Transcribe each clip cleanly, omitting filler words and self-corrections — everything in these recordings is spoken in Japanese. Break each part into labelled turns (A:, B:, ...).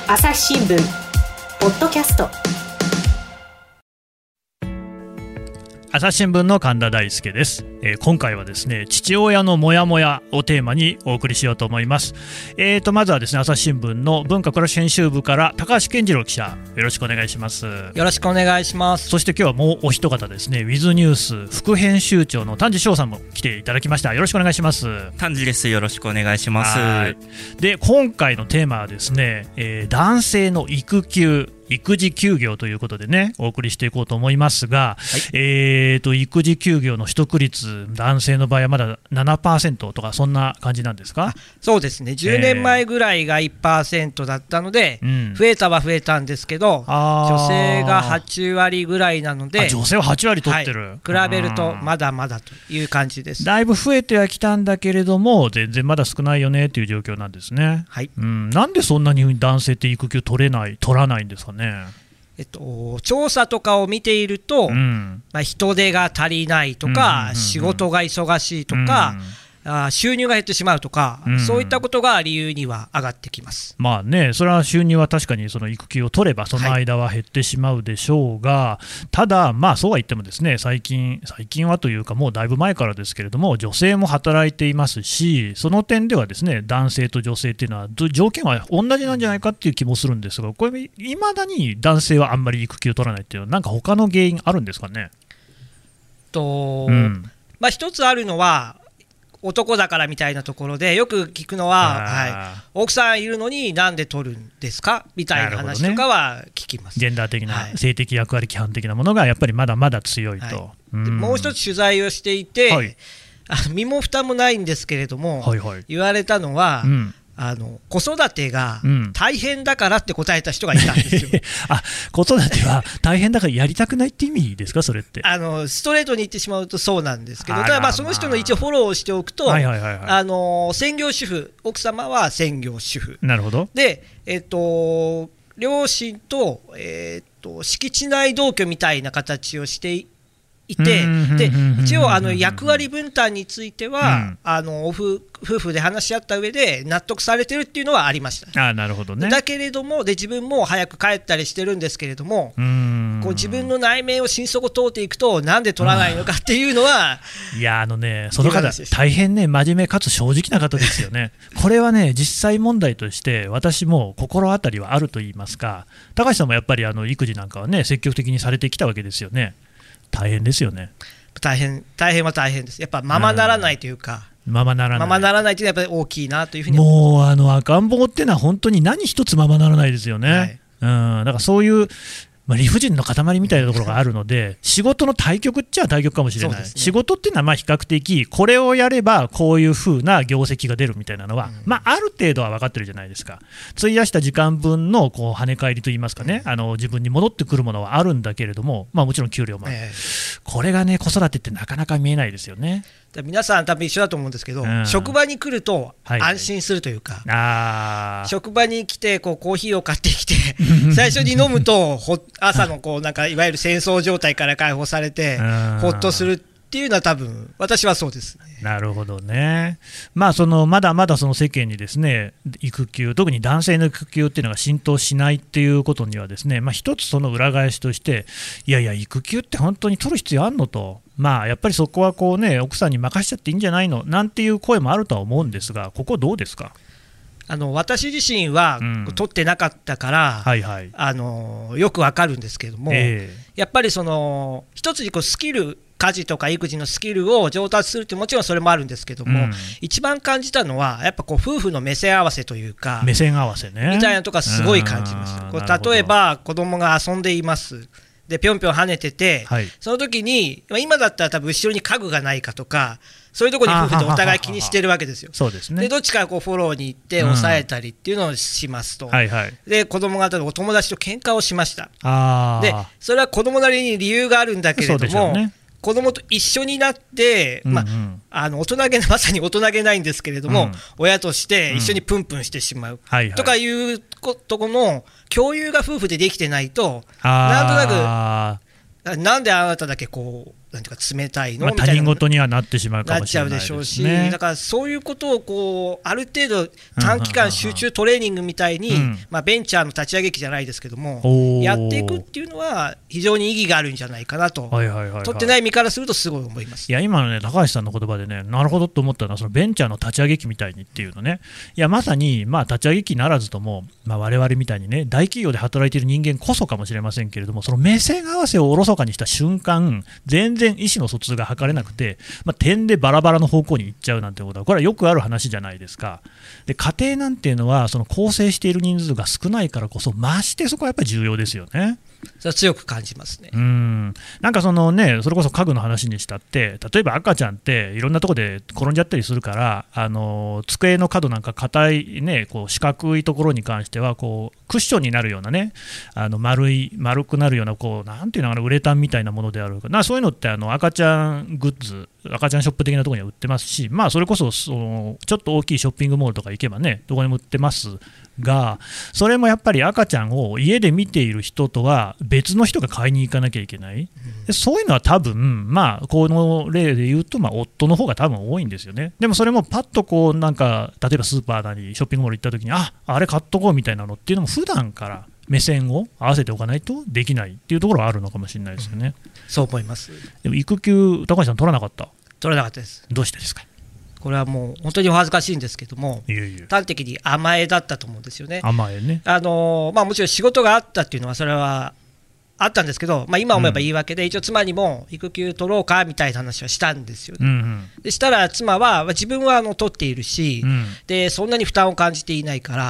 A: 朝日新聞ポッドキャスト、
B: 朝日新聞の神田大輔です。今回はですね、父親のモヤモヤをテーマにお送りしようと思います。まずはですね、朝日新聞の文化暮らし編集部から高橋健次郎記者、よろしくお願いします。
C: よろしくお願いします。
B: そして今日はもうお一方ですね、ウィズニュース副編集長の丹治翔さんも来ていただきました。よろしくお願いします。
D: 丹治です。よろしくお願いします。
B: で、今回のテーマはですね、男性の育休育児休業ということでね、お送りしていこうと思いますが、はい、育児休業の取得率、男性の場合はまだ 7% とかそんな感じなんですか？
C: そうですね、10年前ぐらいが 1% だったので、増えたは増えたんですけど、女性が8割ぐらいなので、
B: 女性は8割取ってる、
C: はい、比べるとまだまだという感じです。
B: だいぶ増えてはきたんだけれども、全然まだ少ないよねという状況なんですね。
C: はい、
B: なんでそんなに男性って育休取らないんですかね？
C: 調査とかを見ていると、人手が足りないとか、仕事が忙しいとか、収入が減ってしまうとか、そういったことが理由には上がってきます。
B: まあね、それは収入は確かにその育休を取ればその間は減ってしまうでしょうが、はい、ただ、そうは言ってもですね、最近はというかもうだいぶ前からですけれども、女性も働いていますし、その点ではですね、男性と女性っていうのは条件は同じなんじゃないかっていう気もするんですが、これいまだに男性はあんまり育休を取らないっていうのは、なんか他の原因あるんですかね？
C: 一つあるのは男だからみたいなところで、よく聞くのは、奥さんいるのになんで取るんですかみたいな話とかは聞きます。
B: ジェンダー的な、性的役割規範的なものがやっぱりまだまだ強いと、
C: もう一つ取材をしていて、身も蓋もないんですけれども、言われたのは、子育てが大変だからって答えた人がいたんですよ。
B: 子育ては大変だからやりたくないって意味ですか？それって
C: ストレートに言ってしまうとそうなんですけど、ただその人の一応フォローをしておくと、専業主婦、奥様は専業主婦、
B: なるほど。
C: で、両親と、敷地内同居みたいな形をしていて、で一応役割分担については、夫婦で話し合った上で納得されてるっていうのはありました。
B: なるほどね。
C: だけれども、で自分も早く帰ったりしてるんですけれども、こう自分の内面を心底通っていくと、なんで取らないのかっていうのは、
B: いやその方大変ね、真面目かつ正直な方ですよね。これはね、実際問題として私も心当たりはあると言いますか、高橋さんもやっぱり育児なんかはね、積極的にされてきたわけですよね。大変ですよね。大変は大変です。やっぱままならないというか、ままならないというのはやっぱり大きいなというふうに思います。 もう赤ん坊っていうのは本当に何一つままならないですよね。だからそういう理不尽の塊みたいなところがあるので、仕事の対極っちゃ対極かもしれない。仕事っていうのは比較的これをやればこういう風な業績が出るみたいなのは、ある程度は分かってるじゃないですか。費やした時間分の跳ね返りといいますかね、自分に戻ってくるものはあるんだけれども、もちろん給料もある、これがね、子育てってなかなか見えないですよね。
C: 皆さん多分一緒だと思うんですけど、職場に来ると安心するというか、職場に来てコーヒーを買ってきて最初に飲むと朝のなんかいわゆる戦争状態から解放されてほっとするっていうのは多分私はそうですね。
B: なるほどね。まだまだその世間にですね、育休、特に男性の育休っていうのが浸透しないっていうことにはですね、一つその裏返しとして、いや育休って本当に取る必要あるのと、やっぱりそこは奥さんに任しちゃっていいんじゃないのなんていう声もあるとは思うんですが、ここどうですか？
C: 私自身は取ってなかったから、よくわかるんですけども、やっぱり一つにスキル、家事とか育児のスキルを上達するってもちろんそれもあるんですけども、一番感じたのはやっぱ夫婦の目線合わせというか、
B: 目線合わせねみ
C: たいなとかすごい感じました。例えば子供が遊んでいます。でぴょんぴょん跳ねてて、その時に今だったら多分後ろに家具がないかとか、そういうところに夫婦でお互い気にしてるわけですよ。
B: そうですね。
C: でどっちかフォローに行って抑えたりっていうのをしますと、で子供がお友達と喧嘩をしました。でそれは子供なりに理由があるんだけれども、子供と一緒になって、まさに大人げないんですけれども、親として一緒にプンプンしてしまう、とかいうとこの共有が夫婦でできてないと、なんとなくなんであなただけなんていうか冷たいの、
B: 他人事にはなってしまうかもしれないですね。
C: なっちゃうでしょうし、だからそういうことをこうある程度短期間集中トレーニングみたいに、ベンチャーの立ち上げ期じゃないですけどもやっていくっていうのは非常に意義があるんじゃないかなと、取ってない身からするとすごい思います。
B: いや今のね高橋さんの言葉でねなるほどと思ったのはそのベンチャーの立ち上げ期みたいにっていうのね。いやまさに立ち上げ期ならずとも、我々みたいにね大企業で働いている人間こそかもしれませんけれども、その目線合わせをおろそかにした瞬間全然意思の疎通が図れなくて、点でバラバラの方向に行っちゃうなんてことはこれはよくある話じゃないですか。で家庭なんていうのはその構成している人数が少ないからこそましてそこはやっぱり重要ですよね。
C: それは強く感じますね。
B: なんかそのねそれこそ家具の話にしたって例えば赤ちゃんっていろんなところで転んじゃったりするから机の角なんか硬いねこう四角いところに関してはこうクッションになるようなね丸くなるようなこうなんていうのかなウレタンみたいなものであるかそういうのって赤ちゃんグッズ赤ちゃんショップ的なところには売ってますし、それこそちょっと大きいショッピングモールとか行けばねどこにも売ってますが、それもやっぱり赤ちゃんを家で見ている人とは別の人が買いに行かなきゃいけない。でそういうのは多分この例で言うと夫の方が多分多いんですよね。でもそれもパッとこうなんか例えばスーパーなりショッピングモール行った時にあれ買っとこうみたいなのっていうのも普段から目線を合わせておかないとできないっていうところはあるのかもしれないですよね。
C: そう思います。
B: でも育休高橋さん取らなかった？
C: 取らなかったです。
B: どうしてですか？
C: これはもう本当にお恥ずかしいんですけども、端的に甘えだったと思うんですよね。
B: 甘えね。
C: もちろん仕事があったっていうのはそれはあったんですけど、今思えば言い訳で、一応妻にも育休取ろうかみたいな話はしたんですよね。でしたら妻は自分は取っているし、でそんなに負担を感じていないから、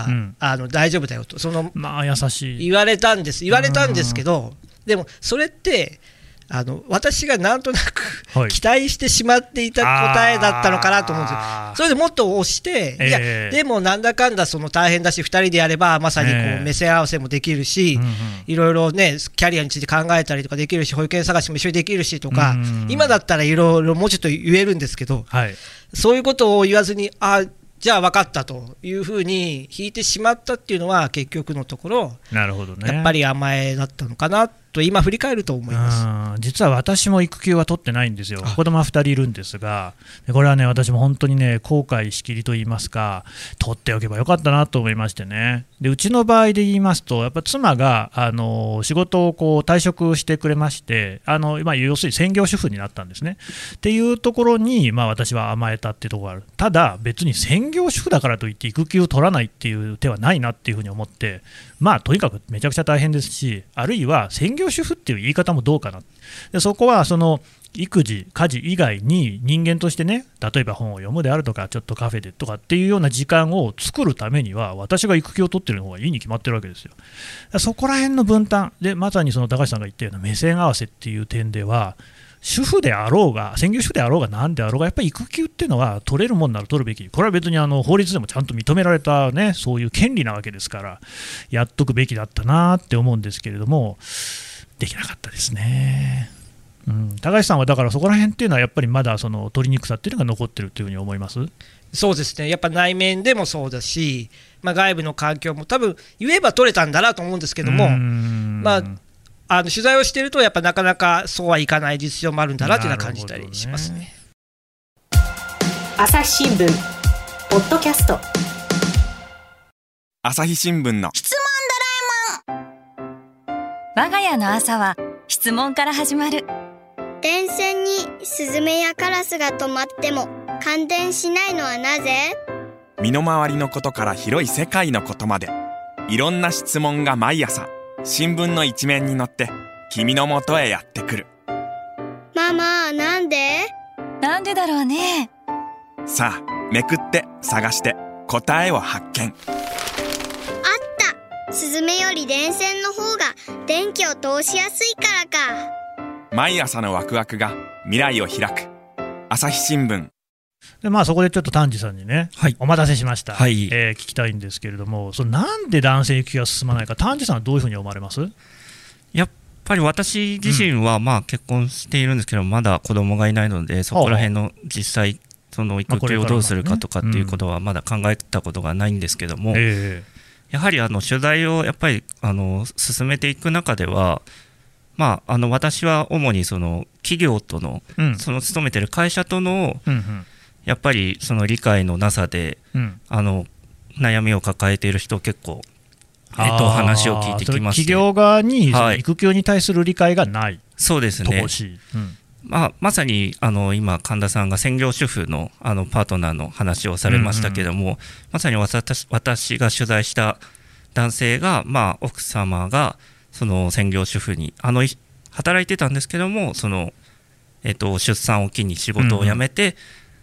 C: 大丈夫だよと
B: 優しい
C: 言われたんですけど、でもそれって私がなんとなく期待してしまっていた答えだったのかなと思うんですよ。それでもっと押して、いやでもなんだかんだ大変だし2人でやればまさにこう目線合わせもできるし、いろいろねキャリアについて考えたりとかできるし保育園探しも一緒にできるしとか、今だったらいろいろもうちょっと言えるんですけど、そういうことを言わずにじゃあ分かったというふうに引いてしまったっていうのは結局のところ
B: なるほど、ね、
C: やっぱり甘えだったのかなと今振り返ると思います。
B: 実は私も育休は取ってないんですよ。子供は2人いるんですが、これはね私も本当にね後悔しきりと言いますか取っておけばよかったなと思いましてね。でうちの場合で言いますとやっぱ妻が仕事をこう退職してくれまして要するに専業主婦になったんですねっていうところに、私は甘えたっていうところがある。ただ別に専業主婦だからといって育休を取らないっていう手はないなっていうふうに思って、とにかくめちゃくちゃ大変ですし、あるいは専業主婦っていう言い方もどうかな。でそこは育児家事以外に人間としてね例えば本を読むであるとかちょっとカフェでとかっていうような時間を作るためには私が育休を取ってる方がいいに決まってるわけですよ。そこら辺の分担でまさに高橋さんが言ったような目線合わせっていう点では主婦であろうが専業主婦であろうが何であろうがやっぱり育休っていうのは取れるもんなら取るべき。これは別に法律でもちゃんと認められたねそういう権利なわけですからやっとくべきだったなって思うんですけれどもできなかったですね。高橋さんはだからそこら辺っていうのはやっぱりまだ取りにくさっていうのが残ってるというふうに思います？
C: そうですね。やっぱ内面でもそうだし、外部の環境も多分言えば取れたんだなと思うんですけども、取材をしているとやっぱなかなかそうはいかない実情もあるんだなというのは感じたりしますね。
A: 朝日新聞ポッドキャスト
E: 朝日新聞の
F: 質問ドラえもん。我が家の朝は質問から始まる。
G: 電線にスズメやカラスが止まっても感電しないのはなぜ？
E: 身の回りのことから広い世界のことまでいろんな質問が毎朝新聞の一面に載って君の元へやってくる。
G: ママ、なんで？
F: なんでだろうね。
E: さあめくって探して答えを発見。
G: あった。スズメより電線の方が電気を通しやすいからか。
E: 毎朝のワクワクが未来を開く。朝日新聞。
B: でそこでちょっと丹治さんにね、お待たせしました、聞きたいんですけれどもなんで男性育休が進まないか丹治さんはどういうふうに思われます？
D: やっぱり私自身は結婚しているんですけどまだ子供がいないのでそこら辺の実際育休をどうするかとかっていうことはまだ考えたことがないんですけども、やはり取材をやっぱり進めていく中では私は主にその企業との、その勤めてる会社との、やっぱりその理解のなさで、悩みを抱えている人結構、話を聞いてきまして、
B: 企業側に育休に対する理解がない、
D: そうですね、まさに今神田さんが専業主婦のパートナーの話をされましたけども、まさに私が取材した男性が、奥様がその専業主婦に働いてたんですけども、その、出産を機に仕事を辞めて、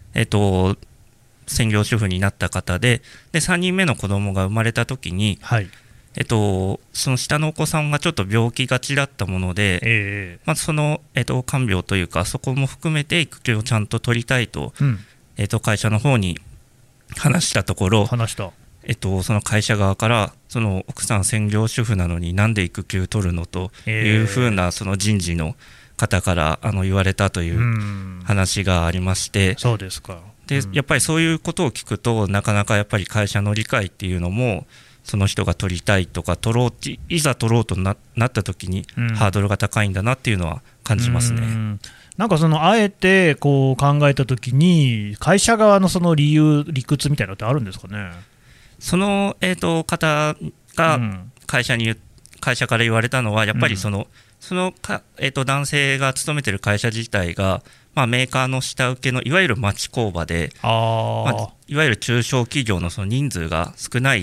D: 専業主婦になった方で、3人目の子供が生まれた時に、その下のお子さんがちょっと病気がちだったもので、その、看病というかそこも含めて育休をちゃんと取りたいと、会社の方に話したところ、その会社側からその奥さん専業主婦なのになんで育休取るのというふうなその人事の方から言われたという話がありまして、
B: そうですか。
D: でやっぱりそういうことを聞くとなかなかやっぱり会社の理解っていうのもその人が取りたいとかいざ取ろうと なった時にハードルが高いんだなっていうのは感じますね。
B: なんかあえてこう考えた時に会社側のその理屈みたいなのってあるんですかね。
D: その、方が会社から言われたのはやっぱり男性が勤めている会社自体が、メーカーの下請けのいわゆる町工場で、いわゆる中小企業のその人数が少ない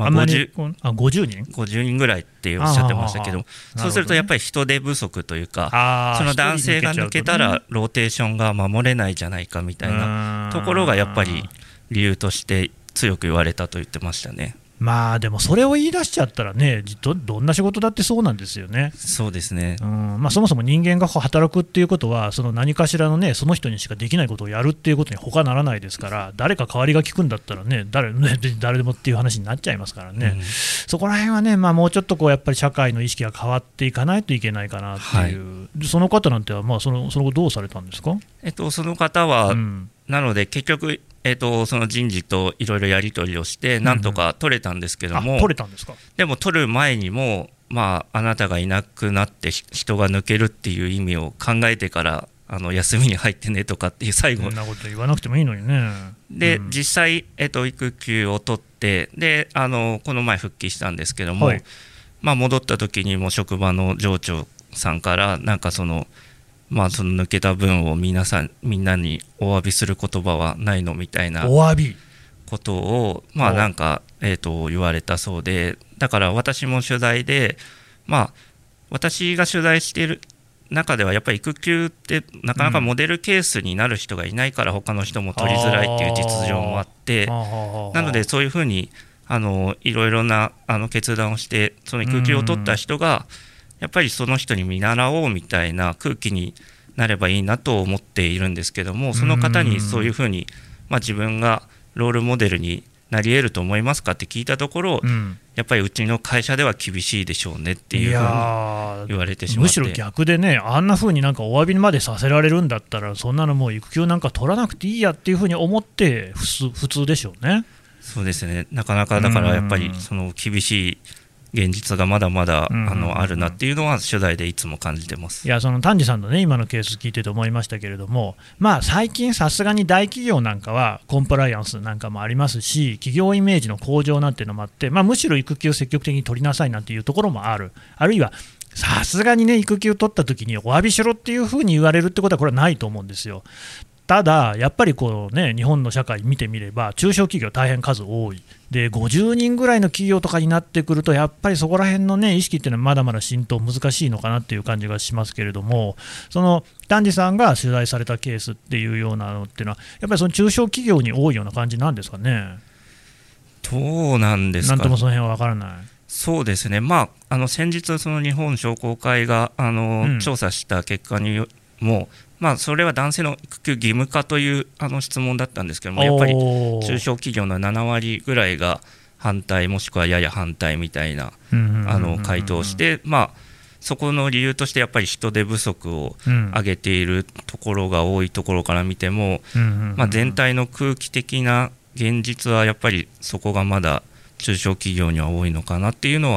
D: 、50人ぐらいっておっしゃってましたけど、そうするとやっぱり人手不足というか、その男性が抜けたらローテーションが守れないじゃないかみたいなところがやっぱり理由として強く言われたと言ってましたね。
B: でもそれを言い出しちゃったらね、どんな仕事だってそうなんですよね。
D: そうですね、
B: そもそも人間が働くっていうことはその何かしらのねその人にしかできないことをやるっていうことに他ならないですから、誰か代わりが利くんだったらね誰でもっていう話になっちゃいますからね、そこら辺はね、もうちょっとやっぱり社会の意識が変わっていかないといけないかなっていう、その方なんてはその後どうされたんですか。
D: その方は、なので結局その人事といろいろやり取りをしてなんとか取れたんですけども、
B: 取れたんですか。
D: でも取る前にも、あなたがいなくなって人が抜けるっていう意味を考えてから休みに入ってねとかっていう最後
B: そんなこと言わなくてもいいのにね。
D: で、実際、育休を取ってでこの前復帰したんですけども、戻った時にも職場の上長さんからなんかその抜けた分をみんなにお詫びする言葉はないのみたいなことをなんか言われたそうで、だから私も取材で私が取材している中ではやっぱり育休ってなかなかモデルケースになる人がいないから他の人も取りづらいっていう実情もあって、なのでそういうふうにいろいろな決断をしてその育休を取った人がやっぱりその人に見習おうみたいな空気になればいいなと思っているんですけども、その方にそういうふうに、自分がロールモデルになり得ると思いますかって聞いたところ、やっぱりうちの会社では厳しいでしょうねっていうふうに言われてしまって、
B: むしろ逆でね、あんなふうになんかお詫びまでさせられるんだったらそんなのもう育休なんか取らなくていいやっていうふうに思って普通でしょうね。
D: そうですね、なかなかだからやっぱりその厳しい現実がまだまだあるなっていうのは取材でいつも感じてます。
B: いや、その丹治さんのね今のケース聞いてて思いましたけれども、最近さすがに大企業なんかはコンプライアンスなんかもありますし、企業イメージの向上なんていうのもあって、むしろ育休積極的に取りなさいなんていうところもある。あるいはさすがにね育休取った時にお詫びしろっていうふうに言われるってことはこれはないと思うんですよ。ただやっぱり日本の社会見てみれば中小企業大変数多いで、50人ぐらいの企業とかになってくるとやっぱりそこら辺の意識っていうのはまだまだ浸透難しいのかなっていう感じがしますけれども、その丹治さんが取材されたケースっていうようなのっていうのはやっぱりその中小企業に多いような感じなんですかね。
D: どうなんですか。
B: なんともその辺は分からない。
D: そうですね、先日その日本商工会が調査した結果にもそれは男性の育休義務化という質問だったんですけども、やっぱり中小企業の7割ぐらいが反対もしくはやや反対みたいな回答をして、そこの理由としてやっぱり人手不足を上げているところが多いところから見ても、全体の空気的な現実はやっぱりそこがまだ中小企業には多いのかなっていうのは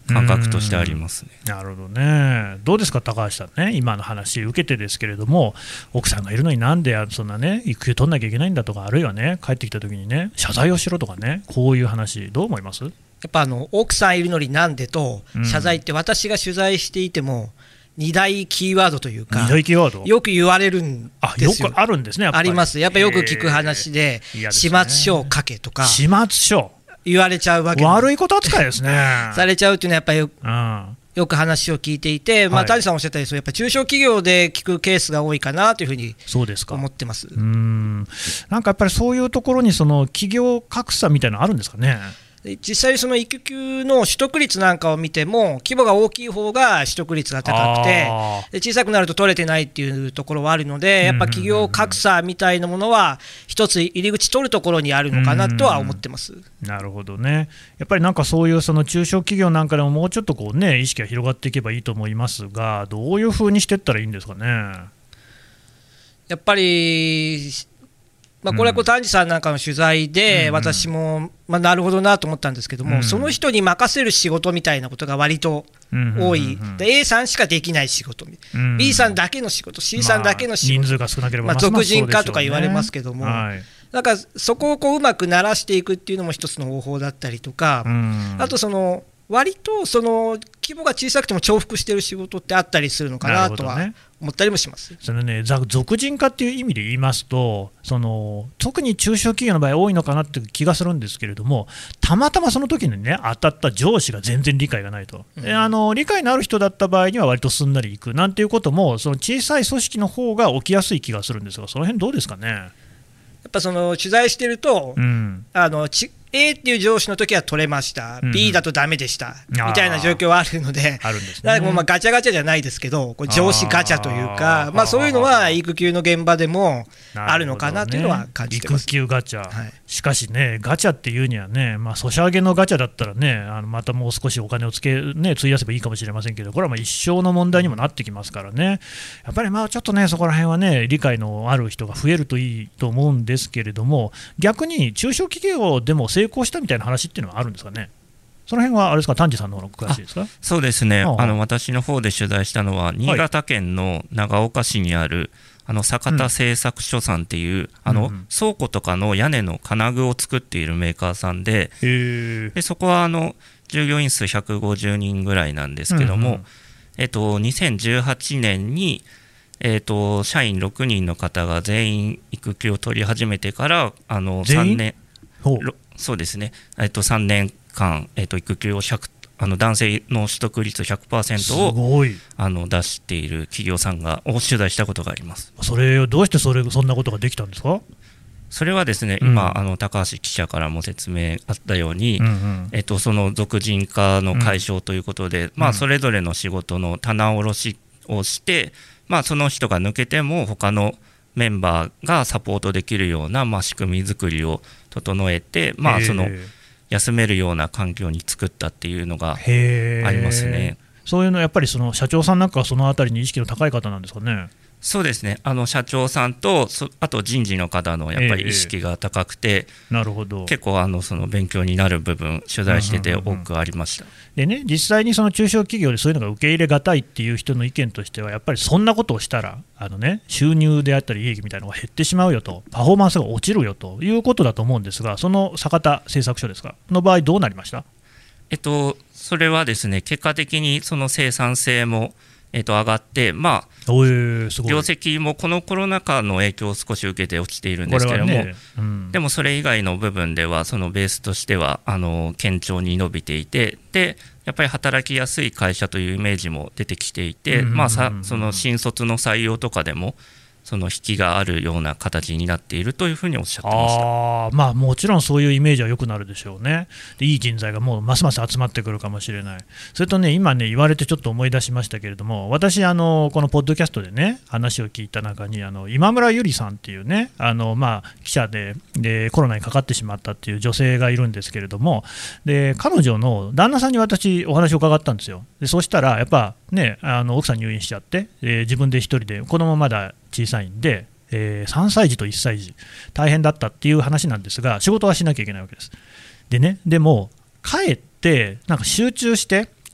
D: 感覚としてありますね。
B: なるほどね。どうですか高橋さんね、今の話受けてですけれども、奥さんがいるのになんでそんなね育休取んなきゃいけないんだとか、あるいはね帰ってきた時にね謝罪をしろとかね、こういう話どう思います？
C: やっぱ奥さんいるのになんでと謝罪って私が取材していても2大キーワードというか、よく言われるんですよ。
B: よくあるんですね、やっぱり。
C: あります。やっぱりよく聞く話で、始末書を書けとか、
B: 始末書
C: 言われちゃうわけです。
B: 悪いこと扱いですね。
C: されちゃうっていうのはやっぱりよく話を聞いていて、谷さんおっしゃったようにやっぱり中小企業で聞くケースが多いかなというふうに思ってます。
B: なんかやっぱりそういうところにその企業格差みたいなのあるんですかね。
C: 実際にその育休の取得率なんかを見ても、規模が大きい方が取得率が高くて、小さくなると取れてないっていうところはあるので、やっぱ企業格差みたいなものは一つ入り口取るところにあるのかなとは思ってます。
B: なるほどね。やっぱりなんかそういうその中小企業なんかでももうちょっとこうね意識が広がっていけばいいと思いますが、どういうふうにしていったらいいんですかね。
C: やっぱりこれは谷さんなんかの取材で私もなるほどなと思ったんですけども、その人に任せる仕事みたいなことが割と多い。A さんしかできない仕事、B さんだけの仕事、C さんだけの仕事、
B: 人数が少なければ
C: 属人化とか言われますけども、なんかそこをうまく慣らしていくっていうのも一つの方法だったりとか、あと割とその規模が小さくても重複している仕事ってあったりするのかなとは思ったりもします。
B: それね、属人化っていう意味で言いますと、特に中小企業の場合多いのかなって気がするんですけれども、たまたまその時にね当たった上司が全然理解がないと、理解のある人だった場合には割とすんなりいくなんていうことも、その小さい組織の方が起きやすい気がするんですが、その辺どうですかね。や
C: っぱ取材してると、A っていう上司の時は取れました、B だとダメでしたみたいな状況はあるので、ガチャガチャじゃないですけど、上司ガチャというか、そういうのは育休の現場でもあるのかなというのは感じてます。
B: 育休ガチャ、しかしね、ガチャっていうにはね、ソシャゲのガチャだったらね、またもう少しお金を費やせばいいかもしれませんけど、これは一生の問題にもなってきますからね、やっぱりちょっとね、そこら辺はね、理解のある人が増えるといいと思うんですけれども、逆に中小企業でも成功したみたいな話っていうのはあるんですかね。その辺はあれですか、丹治さんの方が詳しいですか。
D: そうですね、私の方で取材したのは新潟県の長岡市にある酒田製作所さんっていう、倉庫とかの屋根の金具を作っているメーカーさんで、そこは従業員数150人ぐらいなんですけども、2018年に社員6人の方が全員育休を取り始めてから3年、そうですね、3年間、育休を男性の取得率 100% を出している企業さんを取材したことがあります。
B: それどうしてそんなことができたんですか。
D: それはですね、今高橋記者からも説明あったように、その属人化の解消ということで、それぞれの仕事の棚卸しをして、その人が抜けても他のメンバーがサポートできるような、仕組み作りを整えて、休めるような環境に作ったっていうのがありますね。
B: そういうのやっぱり社長さんなんかはそのあたりに意識の高い方なんですかね。
D: そうですね、社長さんとあと人事の方のやっぱり意識が高くて、
B: なるほど、
D: 結構その勉強になる部分取材してて多くありました。
B: でね、実際にその中小企業でそういうのが受け入れがたいっていう人の意見としては、やっぱりそんなことをしたら収入であったり利益みたいなのが減ってしまうよと、パフォーマンスが落ちるよということだと思うんですが、その酒田製作所ですかの場合どうなりました。
D: それはですね、結果的にその生産性も上がって、業績もこのコロナ禍の影響を少し受けて落ちているんですけれども、でもそれ以外の部分ではそのベースとしては堅調に伸びていて、でやっぱり働きやすい会社というイメージも出てきていて、その新卒の採用とかでもその引きがあるような形になっているというふうにおっしゃってました。
B: もちろんそういうイメージは良くなるでしょうね。でいい人材がもうますます集まってくるかもしれない。それとね、今ね言われてちょっと思い出しましたけれども、私このポッドキャストでね話を聞いた中に今村ゆりさんっていうね記者でコロナにかかってしまったっていう女性がいるんですけれども、で彼女の旦那さんに私お話を伺ったんですよ。でそうしたらやっぱね奥さん入院しちゃって、自分で一人で子供まだ小さいんで、3歳児と1歳児大変だったっていう話なんですが、仕事はしなきゃいけないわけです。でね、でも帰ってなんか集中して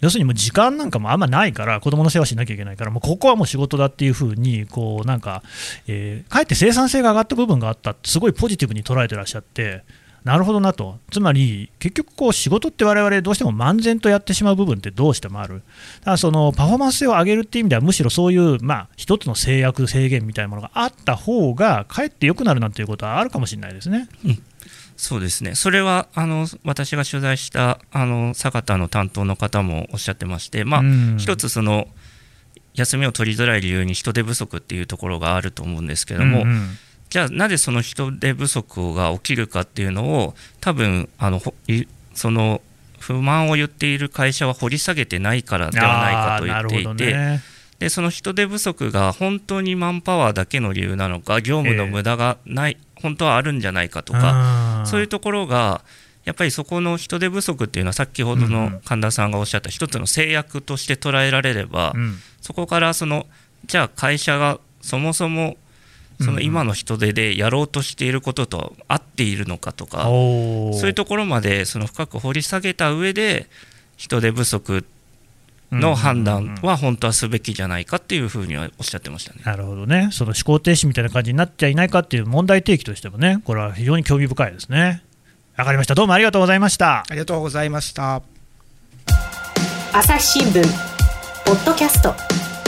B: 要するにもう時間なんかもあんまないから、子供の世話しなきゃいけないから、もうここはもう仕事だっていうふうにこうなんか、かえって生産性が上がった部分があったってすごいポジティブに捉えてらっしゃって、なるほどなと。つまり結局こう仕事って我々どうしても漫然とやってしまう部分ってどうしてもある。だからそのパフォーマンス性を上げるっていう意味では、むしろそういう一つの制約制限みたいなものがあった方がかえって良くなるなんていうことはあるかもしれないですね。
D: そうですね。それは私が取材した酒田の担当の方もおっしゃってまして、一つその休みを取りづらい理由に人手不足っていうところがあると思うんですけども、じゃあなぜその人手不足が起きるかっていうのを多分その不満を言っている会社は掘り下げてないからではないかと言っていて、でその人手不足が本当にマンパワーだけの理由なのか、業務の無駄がない本当はあるんじゃないかとか、そういうところがやっぱりそこの人手不足っていうのは先ほどの神田さんがおっしゃった一つの制約として捉えられれば、そこからじゃあ会社がそもそもその今の人手でやろうとしていることと合っているのかとか、そういうところまで深く掘り下げた上で人手不足の判断は本当はすべきじゃないかっていうふうにはおっしゃってましたね。
B: なるほどね。その思考停止みたいな感じになっちゃいないかっていう問題提起としてもね、これは非常に興味深いですね。わかりました。どうもありがとうございました。
C: ありがとうございました。
A: 朝日新聞ポッドキャスト。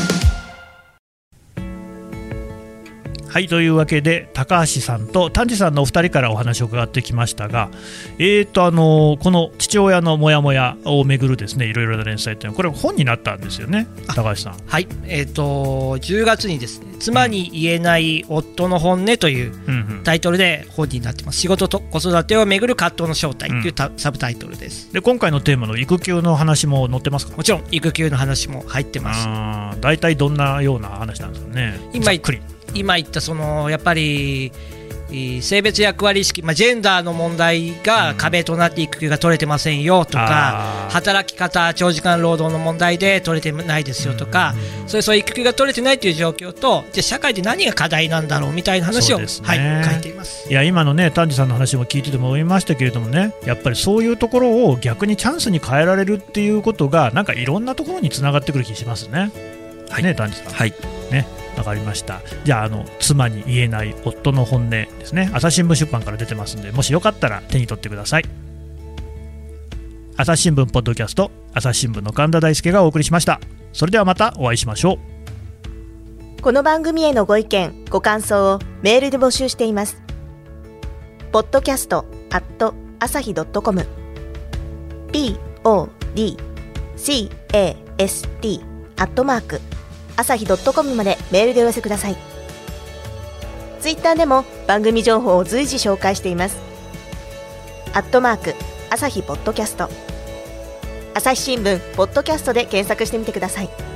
B: はい、というわけで高橋さんと丹治さんのお二人からお話を伺ってきましたが、この父親のモヤモヤをめぐるですね、いろいろな連載というのはこれ本になったんですよね、高橋さん。
C: はい、10月にですね、妻に言えない夫の本音というタイトルで本になってます。仕事と子育てをめぐる葛藤の正体というサブタイトルです。
B: で今回のテーマの育休の話も載ってますか？
C: もちろん育休の話も入ってます。
B: 大体どんなような話なんですかね。
C: 今言ったやっぱり性別役割意識、ジェンダーの問題が壁となって育休が取れてませんよとか、働き方長時間労働の問題で取れてないですよとか、そういう育休が取れてないという状況と、じゃあ社会で何が課題なんだろうみたいな話を、書いています。
B: いや今のね丹治さんの話も聞いてても思いましたけれどもね、やっぱりそういうところを逆にチャンスに変えられるっていうことがなんかいろんなところにつながってくる気しますね。ね、丹治さん。はいね、わかりました。じゃあ妻に言えない夫の本音ですね、朝日新聞出版から出てますんで、もしよかったら手に取ってください。朝日新聞ポッドキャスト、朝日新聞の神田大輔がお送りしました。それではまたお会いしましょ
H: う。この番組へのご意見ご感想をメールで募集しています。podcast@asahi.com podcast@ 朝日.com までメールでお寄せください。ツイッターでも番組情報を随時紹介しています。朝日ポッドキャスト、朝日新聞ポッドキャストで検索してみてください。